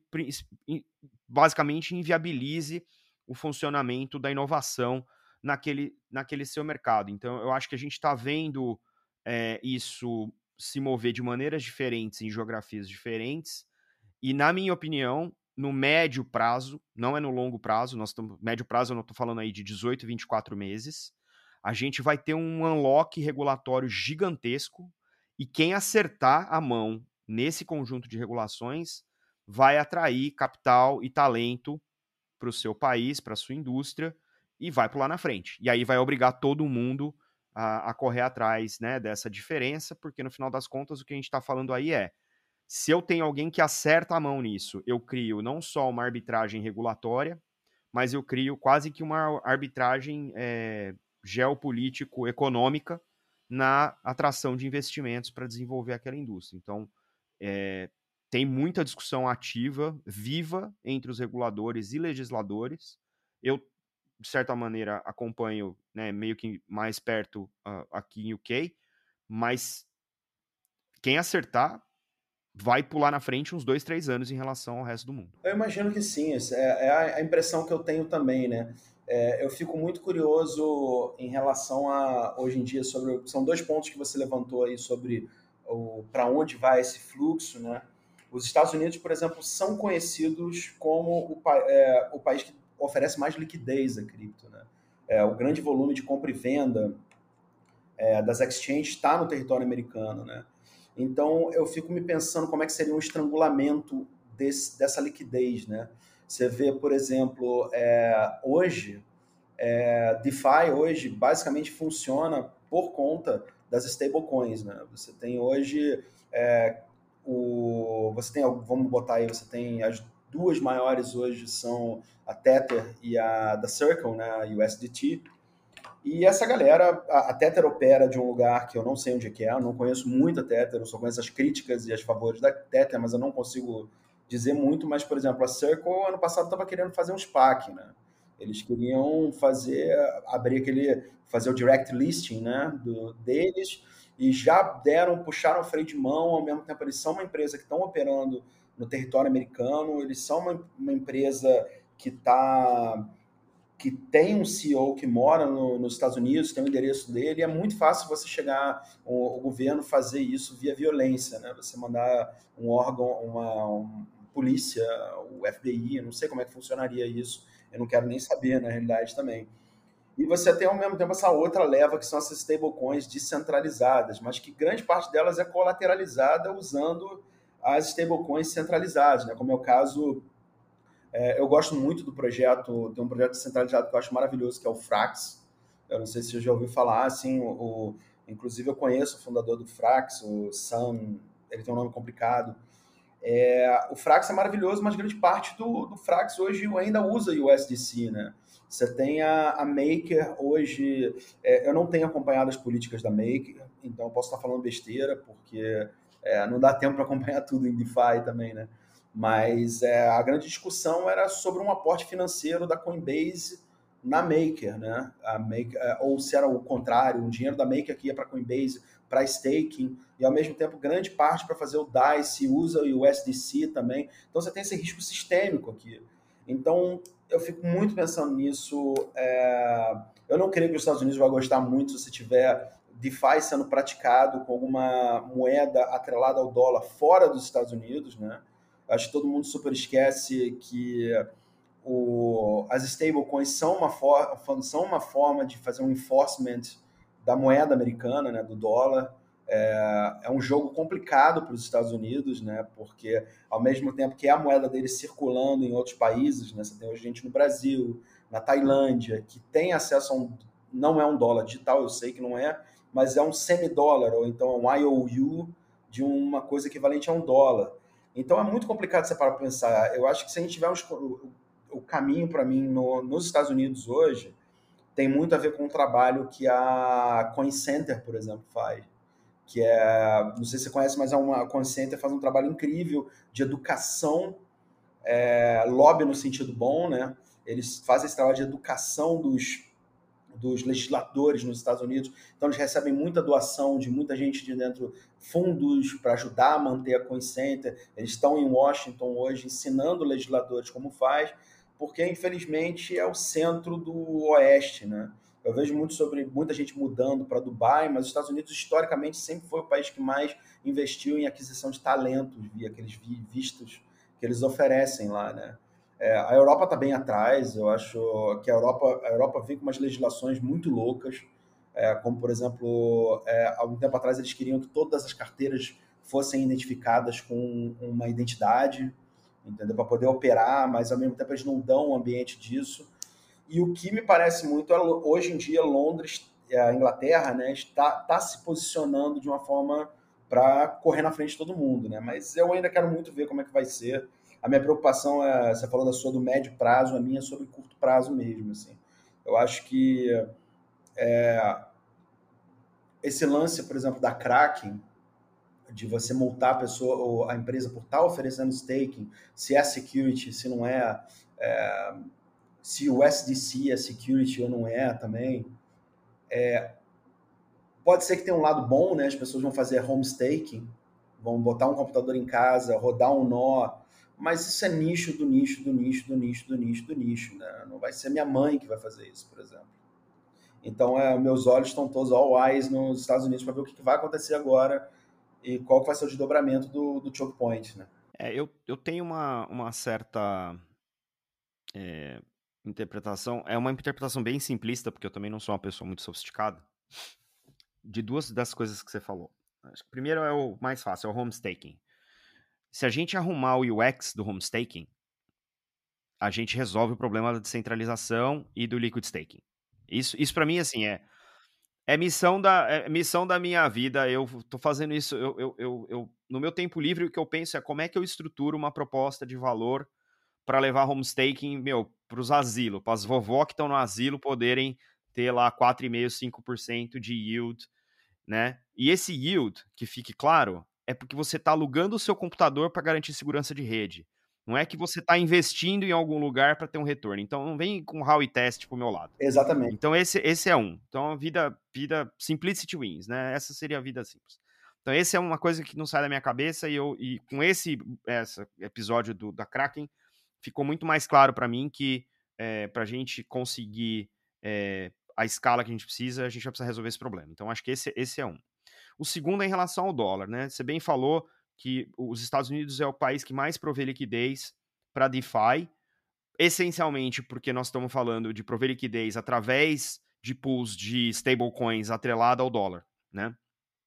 basicamente inviabilize o funcionamento da inovação naquele, naquele seu mercado. Então, eu acho que a gente está vendo é, isso se mover de maneiras diferentes em geografias diferentes e, na minha opinião, no médio prazo, não é no longo prazo, nós estamos, médio prazo eu não estou falando aí de dezoito, vinte e quatro meses, a gente vai ter um unlock regulatório gigantesco e quem acertar a mão nesse conjunto de regulações vai atrair capital e talento para o seu país, para a sua indústria, e vai pular na frente. E aí vai obrigar todo mundo a, a correr atrás, né, dessa diferença, porque no final das contas o que a gente está falando aí é, se eu tenho alguém que acerta a mão nisso, eu crio não só uma arbitragem regulatória, mas eu crio quase que uma arbitragem é, geopolítico-econômica na atração de investimentos para desenvolver aquela indústria. Então, é, tem muita discussão ativa, viva, entre os reguladores e legisladores. Eu, de certa maneira, acompanho, né, meio que mais perto uh, aqui em U K, mas quem acertar vai pular na frente uns dois, três anos em relação ao resto do mundo. Eu imagino que sim, é, é a impressão que eu tenho também, né? É, eu fico muito curioso em relação a, hoje em dia, sobre, são dois pontos que você levantou aí sobre para onde vai esse fluxo, né? Os Estados Unidos, por exemplo, são conhecidos como o, é, o país que oferece mais liquidez a cripto, né? É, o grande volume de compra e venda é, das exchanges está no território americano, né? Então, eu fico me pensando como é que seria um estrangulamento desse, dessa liquidez, né? Você vê, por exemplo, é, hoje, é, DeFi hoje basicamente funciona por conta das stablecoins, né? Você tem hoje, é, o, você tem, vamos botar aí, você tem as duas maiores hoje são a Tether e a da Circle, né? A U S D T. E essa galera, a, a Tether opera de um lugar que eu não sei onde é que é, eu não conheço muito a Tether, eu só conheço as críticas e as favores da Tether, mas eu não consigo dizer muito. Mas, por exemplo, a Circle, ano passado, estava querendo fazer um SPAC, né? Eles queriam fazer, abrir aquele, fazer o direct listing, né, do, deles, e já deram, puxaram o freio de mão, ao mesmo tempo eles são uma empresa que estão operando no território americano, eles são uma, uma empresa que está... que tem um C E O que mora no, nos Estados Unidos, tem o endereço dele, e é muito fácil você chegar, o, o governo fazer isso via violência, né? Você mandar um órgão, uma, uma polícia, o F B I, eu não sei como é que funcionaria isso, eu não quero nem saber, na realidade, também. E você tem, ao mesmo tempo, essa outra leva, que são essas stablecoins descentralizadas, mas que grande parte delas é colateralizada usando as stablecoins centralizadas, né? Como é o caso... É, eu gosto muito do projeto, tem um projeto descentralizado que eu acho maravilhoso, que é o Frax. Eu não sei se você já ouviu falar, assim, o, o, inclusive eu conheço o fundador do Frax, o Sam, ele tem um nome complicado. É, o Frax é maravilhoso, mas grande parte do, do Frax hoje ainda usa U S D C, né? Você tem a, a Maker hoje, é, eu não tenho acompanhado as políticas da Maker, então eu posso estar falando besteira, porque é, não dá tempo para acompanhar tudo em DeFi também, né? Mas é, a grande discussão era sobre um aporte financeiro da Coinbase na Maker, né? A Maker, ou se era o contrário, um dinheiro da Maker que ia para a Coinbase para staking, e ao mesmo tempo grande parte para fazer o DICE, usa o U S D C também. Então você tem esse risco sistêmico aqui. Então eu fico muito pensando nisso. É... Eu não creio que os Estados Unidos vão gostar muito se tiver DeFi sendo praticado com alguma moeda atrelada ao dólar fora dos Estados Unidos, né? Acho que todo mundo super esquece que o, as stablecoins são uma, for, são uma forma de fazer um enforcement da moeda americana, né, do dólar. É, é um jogo complicado para os Estados Unidos, né, porque ao mesmo tempo que é a moeda deles circulando em outros países, né, você tem hoje gente no Brasil, na Tailândia, que tem acesso a um... Não é um dólar digital, eu sei que não é, mas é um semi-dólar, ou então é um I O U de uma coisa equivalente a um dólar. Então é muito complicado você parar para pensar. Eu acho que se a gente tiver uns, o, o caminho para mim no, nos Estados Unidos hoje tem muito a ver com o trabalho que a Coin Center, por exemplo, faz. que é, não sei se você conhece, mas é uma Conscienter faz um trabalho incrível de educação, é, lobby no sentido bom, né? Eles fazem esse trabalho de educação dos, dos legisladores nos Estados Unidos, então eles recebem muita doação de muita gente de dentro, fundos para ajudar a manter a Conscienter. Eles estão em Washington hoje ensinando legisladores como faz, porque infelizmente é o centro do Oeste, né? Eu vejo muito sobre muita gente mudando para Dubai, mas os Estados Unidos historicamente sempre foi o país que mais investiu em aquisição de talentos via aqueles vistos que eles oferecem lá, né? É, a Europa está bem atrás, eu acho que a Europa, a Europa vem com umas legislações muito loucas, é, como, por exemplo, é, há algum tempo atrás eles queriam que todas as carteiras fossem identificadas com uma identidade, entendeu? Para poder operar, mas ao mesmo tempo eles não dão um ambiente disso. E o que me parece muito é, hoje em dia, Londres, a Inglaterra, né, está, está se posicionando de uma forma para correr na frente de todo mundo, né? Mas eu ainda quero muito ver como é que vai ser. A minha preocupação é, você falou da sua do médio prazo, a minha é sobre curto prazo mesmo, assim. Eu acho que é, esse lance, por exemplo, da Kraken, de você multar a pessoa ou a empresa por estar oferecendo staking, se é security, se não é, é se o S D C é security ou não é também. É, pode ser que tenha um lado bom, né? As pessoas vão fazer home staking, vão botar um computador em casa, rodar um nó, mas isso é nicho do nicho, do nicho, do nicho, do nicho, do nicho, né? Não vai ser minha mãe que vai fazer isso, por exemplo. Então, é, meus olhos estão todos all eyes nos Estados Unidos para ver o que vai acontecer agora e qual que vai ser o desdobramento do, do choke point, né? É, eu, eu tenho uma, uma certa é, interpretação, é uma interpretação bem simplista, porque eu também não sou uma pessoa muito sofisticada, de duas das coisas que você falou. Acho que primeiro é o mais fácil, é o home staking. Se a gente arrumar o U X do home staking, a gente resolve o problema da descentralização e do liquid staking. Isso, isso para mim, assim, é, é, missão da, é missão da minha vida. Eu tô fazendo isso, eu, eu, eu, eu, no meu tempo livre, o que eu penso é como é que eu estruturo uma proposta de valor para levar home staking, meu, para os asilos, para as vovó que estão no asilo poderem ter lá quatro vírgula cinco, cinco por cento de yield, né? E esse yield, que fique claro, é porque você está alugando o seu computador para garantir segurança de rede. Não é que você está investindo em algum lugar para ter um retorno. Então, não vem com Howey Test pro meu lado. Exatamente. Então, esse, esse é um. Então, a vida, vida simplicity wins, né? Essa seria a vida simples. Então, esse é uma coisa que não sai da minha cabeça e, eu, e com esse, esse episódio do, da Kraken, ficou muito mais claro para mim que é, para a gente conseguir é, a escala que a gente precisa, a gente vai precisar resolver esse problema. Então, acho que esse, esse é um. O segundo é em relação ao dólar, né? Você bem falou que os Estados Unidos é o país que mais provê liquidez para DeFi, essencialmente porque nós estamos falando de prover liquidez através de pools de stablecoins atrelada ao dólar, né?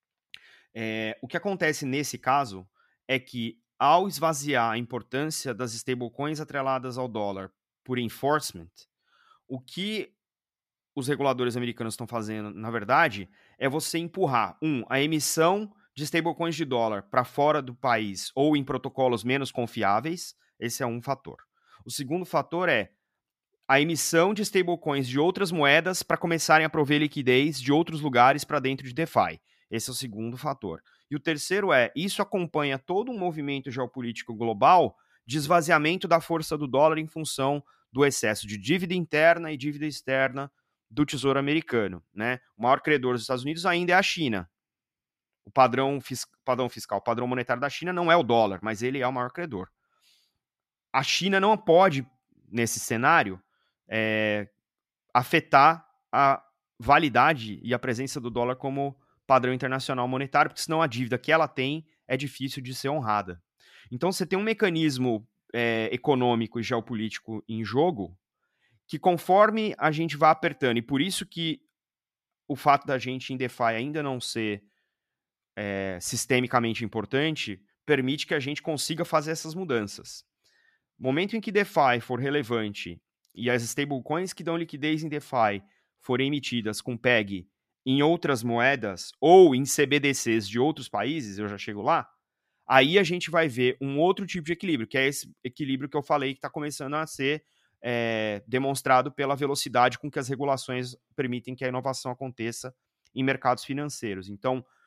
É, o que acontece nesse caso é que, ao esvaziar a importância das stablecoins atreladas ao dólar por enforcement, o que os reguladores americanos estão fazendo, na verdade, é você empurrar, um, a emissão de stablecoins de dólar para fora do país ou em protocolos menos confiáveis. Esse é um fator. O segundo fator é a emissão de stablecoins de outras moedas para começarem a prover liquidez de outros lugares para dentro de DeFi. Esse é o segundo fator. E o terceiro é, isso acompanha todo um movimento geopolítico global de esvaziamento da força do dólar em função do excesso de dívida interna e dívida externa do Tesouro Americano, né? O maior credor dos Estados Unidos ainda é a China. O padrão, fis- padrão fiscal, o padrão monetário da China não é o dólar, mas ele é o maior credor. A China não pode, nesse cenário, é, afetar a validade e a presença do dólar como padrão internacional monetário, porque senão a dívida que ela tem é difícil de ser honrada. Então você tem um mecanismo é, econômico e geopolítico em jogo que, conforme a gente vai apertando, e por isso que o fato da gente em DeFi ainda não ser é, sistemicamente importante, permite que a gente consiga fazer essas mudanças. No momento em que DeFi for relevante e as stablecoins que dão liquidez em DeFi forem emitidas com P E G em outras moedas ou em C B D Cs de outros países, eu já chego lá, aí a gente vai ver um outro tipo de equilíbrio, que é esse equilíbrio que eu falei que está começando a ser é, demonstrado pela velocidade com que as regulações permitem que a inovação aconteça em mercados financeiros. Então,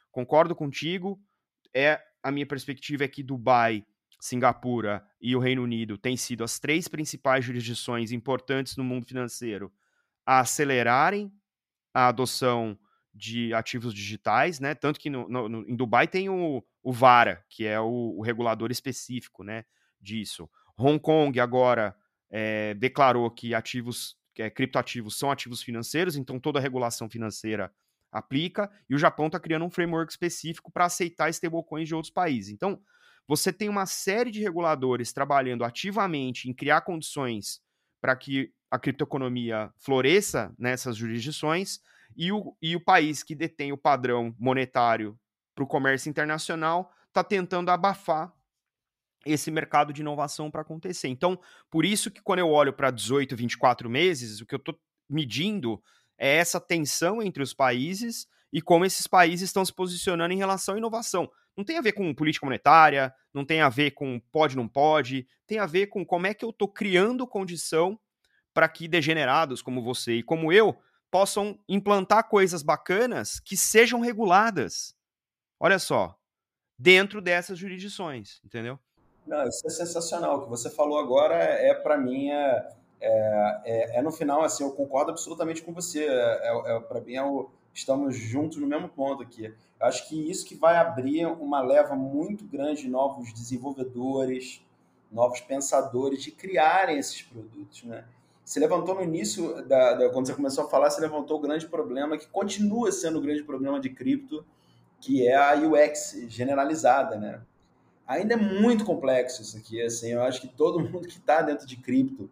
concordo contigo, é, a minha perspectiva é que Dubai, Singapura e o Reino Unido têm sido as três principais jurisdições importantes no mundo financeiro a acelerarem a adoção de ativos digitais, né? Tanto que no, no, no, em Dubai tem o, o VARA, que é o, o regulador específico, né, disso. Hong Kong agora é, declarou que ativos, que é, criptoativos são ativos financeiros, então toda a regulação financeira aplica, e o Japão está criando um framework específico para aceitar stablecoins de outros países. Então, você tem uma série de reguladores trabalhando ativamente em criar condições para que a criptoeconomia floresça nessas jurisdições, e o, e o país que detém o padrão monetário para o comércio internacional está tentando abafar esse mercado de inovação para acontecer. Então, por isso que quando eu olho para dezoito, vinte e quatro meses, o que eu estou medindo é essa tensão entre os países e como esses países estão se posicionando em relação à inovação. Não tem a ver com política monetária, não tem a ver com pode, não pode, tem a ver com como é que eu estou criando condição para que degenerados como você e como eu possam implantar coisas bacanas que sejam reguladas. Olha só, dentro dessas jurisdições, entendeu? Não, isso é sensacional. O que você falou agora é, para mim, é, é, é, é no final, assim, eu concordo absolutamente com você. É, é, é, para mim, é o, estamos juntos no mesmo ponto aqui. Eu acho que isso que vai abrir uma leva muito grande de novos desenvolvedores, novos pensadores de criarem esses produtos, né? Você levantou no início, da, da, quando você começou a falar, você levantou o grande problema, que continua sendo o grande problema de cripto, que é a U X generalizada, né? Ainda é muito complexo isso aqui, assim, eu acho que todo mundo que está dentro de cripto,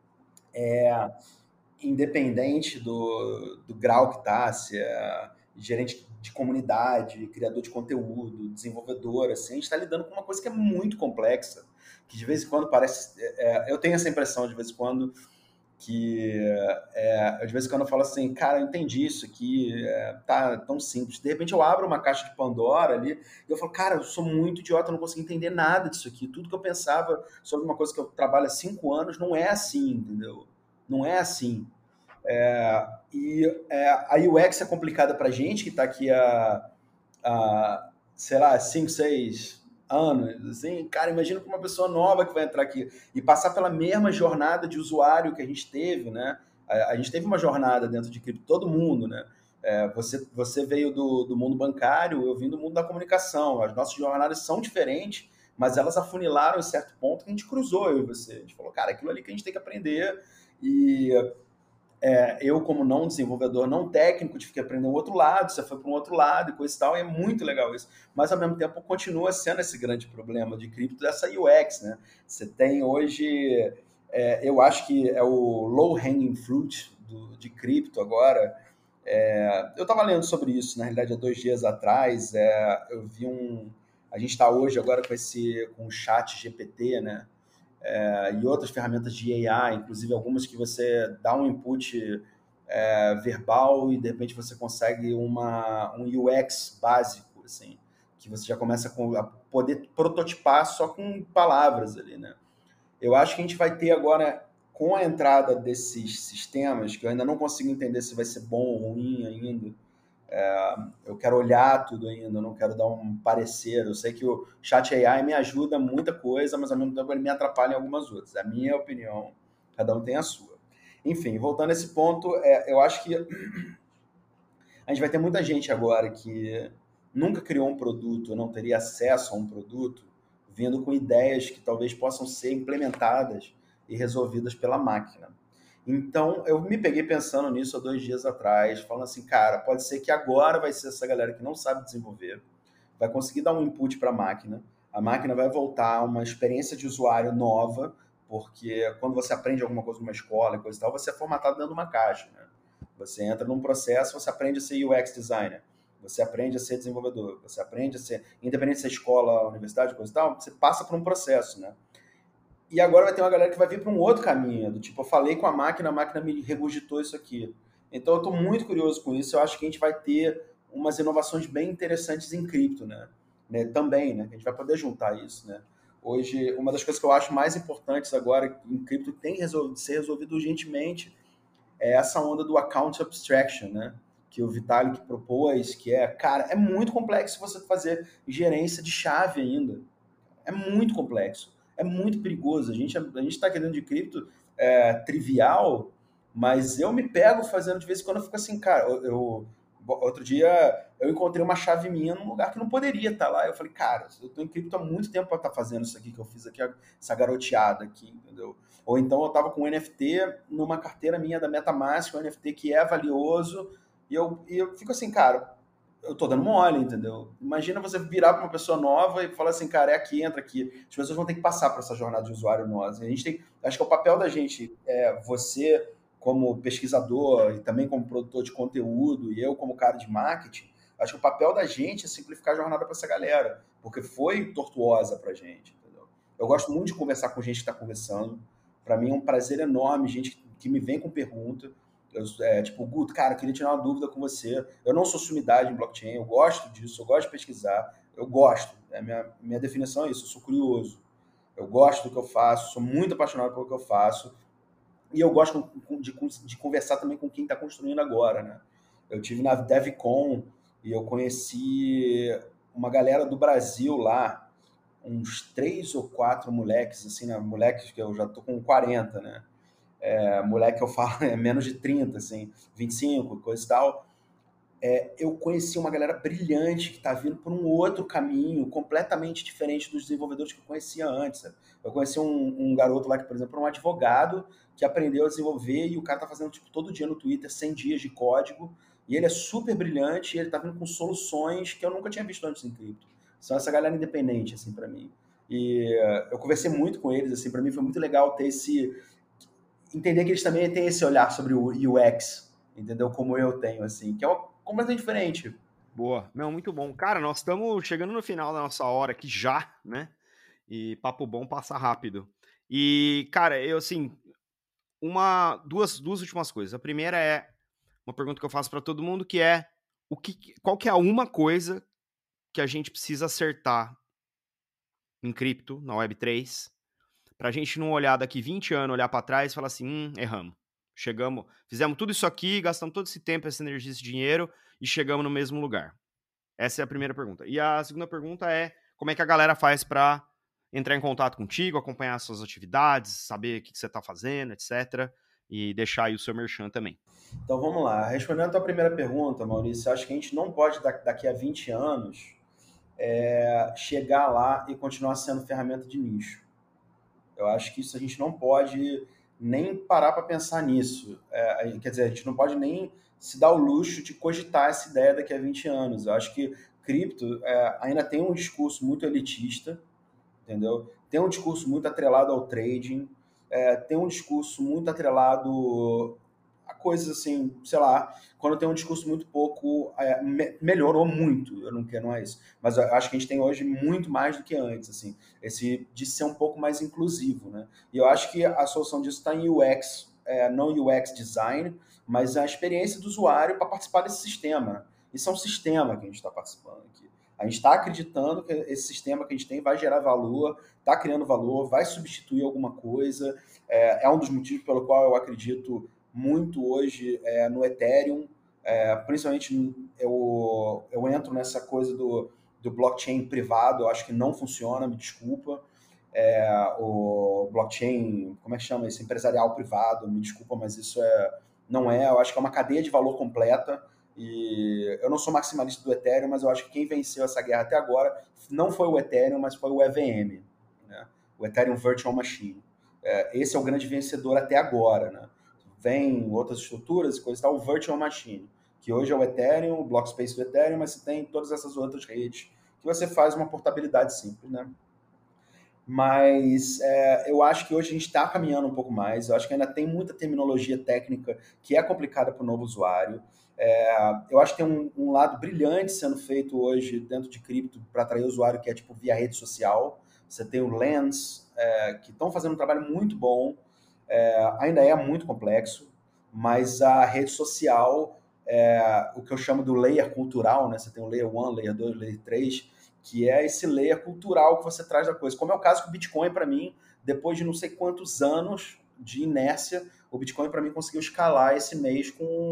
é independente do, do grau que está, se é gerente de comunidade, criador de conteúdo, desenvolvedor, assim, a gente está lidando com uma coisa que é muito complexa, que de vez em quando parece... É, eu tenho essa impressão, de vez em quando, que é, de vez em quando eu falo assim, cara, eu entendi isso aqui, é, tá tão simples. De repente eu abro uma caixa de Pandora ali e eu falo, cara, eu sou muito idiota, eu não consigo entender nada disso aqui. Tudo que eu pensava sobre uma coisa que eu trabalho há cinco anos não é assim, entendeu? Não é assim. É, e é, a U X é complicada pra gente, que tá aqui há, há sei lá, cinco, seis anos, assim, cara, imagina para uma pessoa nova que vai entrar aqui e passar pela mesma jornada de usuário que a gente teve, né? A, a gente teve uma jornada dentro de cripto, todo mundo, né? É, você, você veio do, do mundo bancário, eu vim do mundo da comunicação. As nossas jornadas são diferentes, mas elas afunilaram em certo ponto que a gente cruzou, eu e você. A gente falou, cara, aquilo ali que a gente tem que aprender. E é, eu, como não desenvolvedor, não técnico, tive que aprender um outro lado, você foi para um outro lado e coisa e tal, e é muito legal isso. Mas, ao mesmo tempo, continua sendo esse grande problema de cripto, dessa U X, né? Você tem hoje, é, eu acho que é o low-hanging fruit do, de cripto agora. É, eu estava lendo sobre isso, na realidade, há dois dias atrás, é, eu vi um... A gente está hoje agora com esse com o chat G P T, né? É, e outras ferramentas de A I, inclusive algumas que você dá um input é, verbal e de repente você consegue uma, um U X básico, assim, que você já começa a poder prototipar só com palavras ali, né? Eu acho que a gente vai ter agora, com a entrada desses sistemas, que eu ainda não consigo entender se vai ser bom ou ruim ainda, é, eu quero olhar tudo ainda, eu não quero dar um parecer. Eu sei que o chat A I me ajuda muita coisa, mas ao mesmo tempo ele me atrapalha em algumas outras. A minha opinião, cada um tem a sua. Enfim, voltando a esse ponto, é, eu acho que a gente vai ter muita gente agora que nunca criou um produto, não teria acesso a um produto, vindo com ideias que talvez possam ser implementadas e resolvidas pela máquina. Então, eu me peguei pensando nisso há dois dias atrás, falando assim, cara, pode ser que agora vai ser essa galera que não sabe desenvolver, vai conseguir dar um input para a máquina, a máquina vai voltar a uma experiência de usuário nova, porque quando você aprende alguma coisa numa escola e coisa e tal, você é formatado dentro de uma caixa, né? Você entra num processo, você aprende a ser U X designer, você aprende a ser desenvolvedor, você aprende a ser, independente se é escola, universidade, coisa e tal, você passa por um processo, né? E agora vai ter uma galera que vai vir para um outro caminho, do tipo, eu falei com a máquina, a máquina me regurgitou isso aqui. Então eu estou muito curioso com isso, eu acho que a gente vai ter umas inovações bem interessantes em cripto, né? né? Também, né? A gente vai poder juntar isso, né? Hoje, uma das coisas que eu acho mais importantes agora em cripto que tem de ser resolvido urgentemente é essa onda do account abstraction, né? que o Vitalik propôs, que é, cara, é muito complexo você fazer gerência de chave ainda. É muito complexo. É muito perigoso. A gente a gente está querendo de cripto é, trivial, mas eu me pego fazendo de vez em quando, eu fico assim, cara, eu, eu outro dia eu encontrei uma chave minha num lugar que não poderia estar lá. Eu falei, cara, eu tô em cripto há muito tempo para estar fazendo isso aqui que eu fiz aqui, essa garoteada aqui, entendeu? Ou então eu tava com um N F T numa carteira minha da MetaMask, um N F T que é valioso, e eu, e eu fico assim, cara, eu tô dando mole, entendeu? Imagina você virar para uma pessoa nova e falar assim, cara, é aqui, entra aqui. As pessoas vão ter que passar por essa jornada de usuário nossa. A gente tem, acho que é o papel da gente, é, você como pesquisador e também como produtor de conteúdo e eu como cara de marketing, acho que o papel da gente é simplificar a jornada para essa galera, porque foi tortuosa pra gente, entendeu? Eu gosto muito de conversar com gente que está conversando. Para mim é um prazer enorme, gente que me vem com pergunta. Eu, é, tipo, Guto, cara, eu queria tirar uma dúvida com você. Eu não sou sumidade em blockchain, eu gosto disso, eu gosto de pesquisar, eu gosto. É, minha, minha definição é isso, eu sou curioso. Eu gosto do que eu faço, sou muito apaixonado pelo que eu faço. E eu gosto de, de conversar também com quem está construindo agora, né? Eu tive na DevCon e eu conheci uma galera do Brasil lá, uns três ou quatro moleques, assim, né? Moleques que eu já tô com quarenta, né? É, moleque que eu falo é menos de trinta, assim, vinte e cinco, coisa e tal. É, eu conheci uma galera brilhante que está vindo por um outro caminho completamente diferente dos desenvolvedores que eu conhecia antes. Sabe? Eu conheci um, um garoto lá que, por exemplo, é um advogado que aprendeu a desenvolver e o cara tá fazendo tipo, todo dia no Twitter cem dias de código e ele é super brilhante e ele tá vindo com soluções que eu nunca tinha visto antes em cripto. São essa galera independente, assim, para mim. E uh, eu conversei muito com eles, assim, para mim foi muito legal ter esse... entender que eles também têm esse olhar sobre o U X, entendeu? Como eu tenho, assim, que é uma completamente diferente. Boa. Não, muito bom. Cara, nós estamos chegando no final da nossa hora aqui já, né? E papo bom passa rápido. E, cara, eu, assim, uma, duas, duas últimas coisas. A primeira é uma pergunta que eu faço para todo mundo, que é o que, qual que é a uma coisa que a gente precisa acertar em cripto, na web três, pra gente não olhar daqui vinte anos, olhar para trás e falar assim, hum, erramos. Chegamos, fizemos tudo isso aqui, gastamos todo esse tempo, essa energia, esse dinheiro e chegamos no mesmo lugar. Essa é a primeira pergunta. E a segunda pergunta é como é que a galera faz para entrar em contato contigo, acompanhar as suas atividades, saber o que, que você está fazendo, etcétera. E deixar aí o seu merchan também. Então vamos lá. Respondendo a tua primeira pergunta, Maurício, acho que a gente não pode, daqui a vinte anos, é, chegar lá e continuar sendo ferramenta de nicho. Eu acho que isso a gente não pode nem parar para pensar nisso. É, quer dizer, a gente não pode nem se dar o luxo de cogitar essa ideia daqui a vinte anos. Eu acho que cripto é, ainda tem um discurso muito elitista, entendeu? Tem um discurso muito atrelado ao trading, é, tem um discurso muito atrelado a coisas assim, sei lá, quando tem um discurso muito pouco, é, me, melhorou muito, eu não quero, não é isso, mas eu acho que a gente tem hoje muito mais do que antes, assim, esse de ser um pouco mais inclusivo, né? E eu acho que a solução disso está em U X, é, não U X design, mas a experiência do usuário para participar desse sistema. Isso é um sistema que a gente está participando aqui. A gente está acreditando que esse sistema que a gente tem vai gerar valor, está criando valor, vai substituir alguma coisa. É, é um dos motivos pelo qual eu acredito muito hoje é, no Ethereum. É, principalmente eu, eu entro nessa coisa do, do blockchain privado, eu acho que não funciona, me desculpa. É, o blockchain, como é que chama isso? Empresarial privado, me desculpa, mas isso é, não é. Eu acho que é uma cadeia de valor completa. E eu não sou maximalista do Ethereum, mas eu acho que quem venceu essa guerra até agora não foi o Ethereum, mas foi o E V M, né? O Ethereum Virtual Machine. É, esse é o grande vencedor até agora, né? Vem outras estruturas e coisas e tal, o Virtual Machine, que hoje é o Ethereum, o Block Space do Ethereum, mas você tem todas essas outras redes que você faz uma portabilidade simples, né? Mas é, eu acho que hoje a gente está caminhando um pouco mais, eu acho que ainda tem muita terminologia técnica que é complicada para o novo usuário. É, eu acho que tem um, um lado brilhante sendo feito hoje dentro de cripto para atrair o usuário, que é tipo via rede social. Você tem o Lens, é, que estão fazendo um trabalho muito bom, é, ainda é muito complexo, mas a rede social, é, o que eu chamo do layer cultural, né? Você tem o layer um, layer dois, layer três, que é esse layer cultural que você traz da coisa. Como é o caso que o Bitcoin, para mim, depois de não sei quantos anos de inércia, o Bitcoin, para mim, conseguiu escalar esse mês com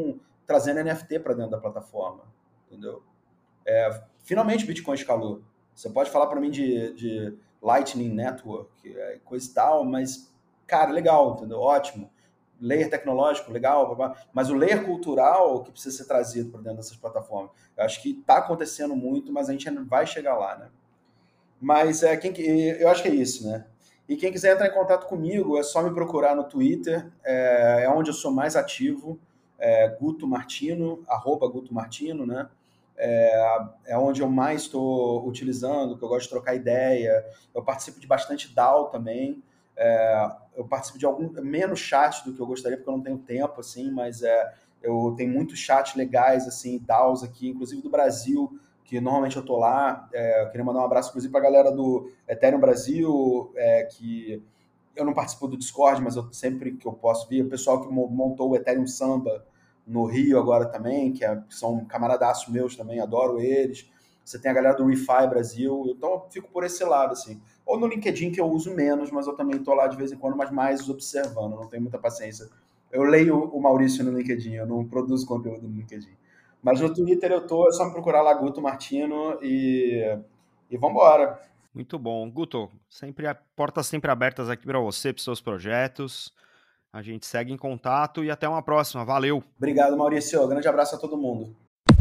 trazendo N F T para dentro da plataforma, entendeu? É, finalmente o Bitcoin escalou. Você pode falar para mim de, de Lightning Network, coisa e tal, mas, cara, legal, entendeu? Ótimo. Layer tecnológico, legal, mas o layer cultural que precisa ser trazido para dentro dessas plataformas. Eu acho que está acontecendo muito, mas a gente ainda vai chegar lá, né? Mas é, quem, eu acho que é isso, né? E quem quiser entrar em contato comigo, é só me procurar no Twitter, é, é onde eu sou mais ativo, é Guto Martino, arroba Guto Martino, né? É, é onde eu mais estou utilizando, que eu gosto de trocar ideia. Eu participo de bastante D A O também. É, eu participo de algum menos chat do que eu gostaria, porque eu não tenho tempo, assim, mas é, eu tenho muitos chats legais, assim, D A Os aqui, inclusive do Brasil, que normalmente eu tô lá. É, eu queria mandar um abraço, inclusive, para a galera do Ethereum Brasil, é, que eu não participo do Discord, mas eu, sempre que eu posso vir, o pessoal que montou o Ethereum Samba no Rio agora também, que, é, que são camaradaços meus também, adoro eles. Você tem a galera do Refi Brasil, então eu fico por esse lado, assim. Ou no LinkedIn, que eu uso menos, mas eu também estou lá de vez em quando, mas mais observando, não tenho muita paciência. Eu leio o Maurício no LinkedIn, eu não produzo conteúdo no LinkedIn. Mas no Twitter eu tô, é só me procurar lá, Guto Martino, e, e vambora. Muito bom. Guto, sempre, portas sempre abertas aqui para você, para os seus projetos. A gente segue em contato e até uma próxima. Valeu! Obrigado, Maurício. Grande abraço a todo mundo.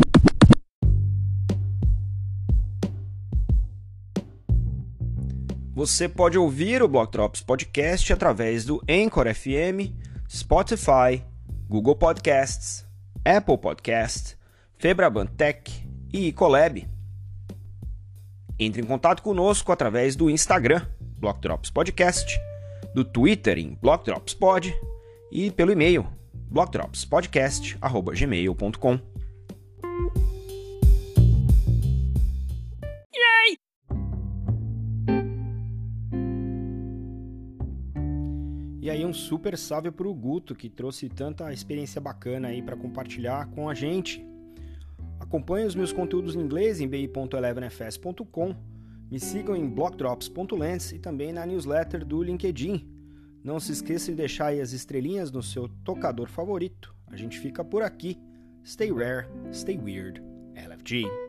Você pode ouvir o Block Drops Podcast através do Anchor F M, Spotify, Google Podcasts, Apple Podcasts, Febraban Tech e Ecolab. Entre em contato conosco através do Instagram, Block Drops Podcast, do Twitter em Block Drops Pod e pelo e-mail block drops podcast arroba gmail ponto com. E aí um super salve pro Guto, que trouxe tanta experiência bacana aí para compartilhar com a gente. Acompanhe os meus conteúdos em inglês em b i ponto eleven f s ponto com, me sigam em blockdrops ponto lens e também na newsletter do LinkedIn. Não se esqueça de deixar aí as estrelinhas no seu tocador favorito. A gente fica por aqui. Stay rare, stay weird. L F G.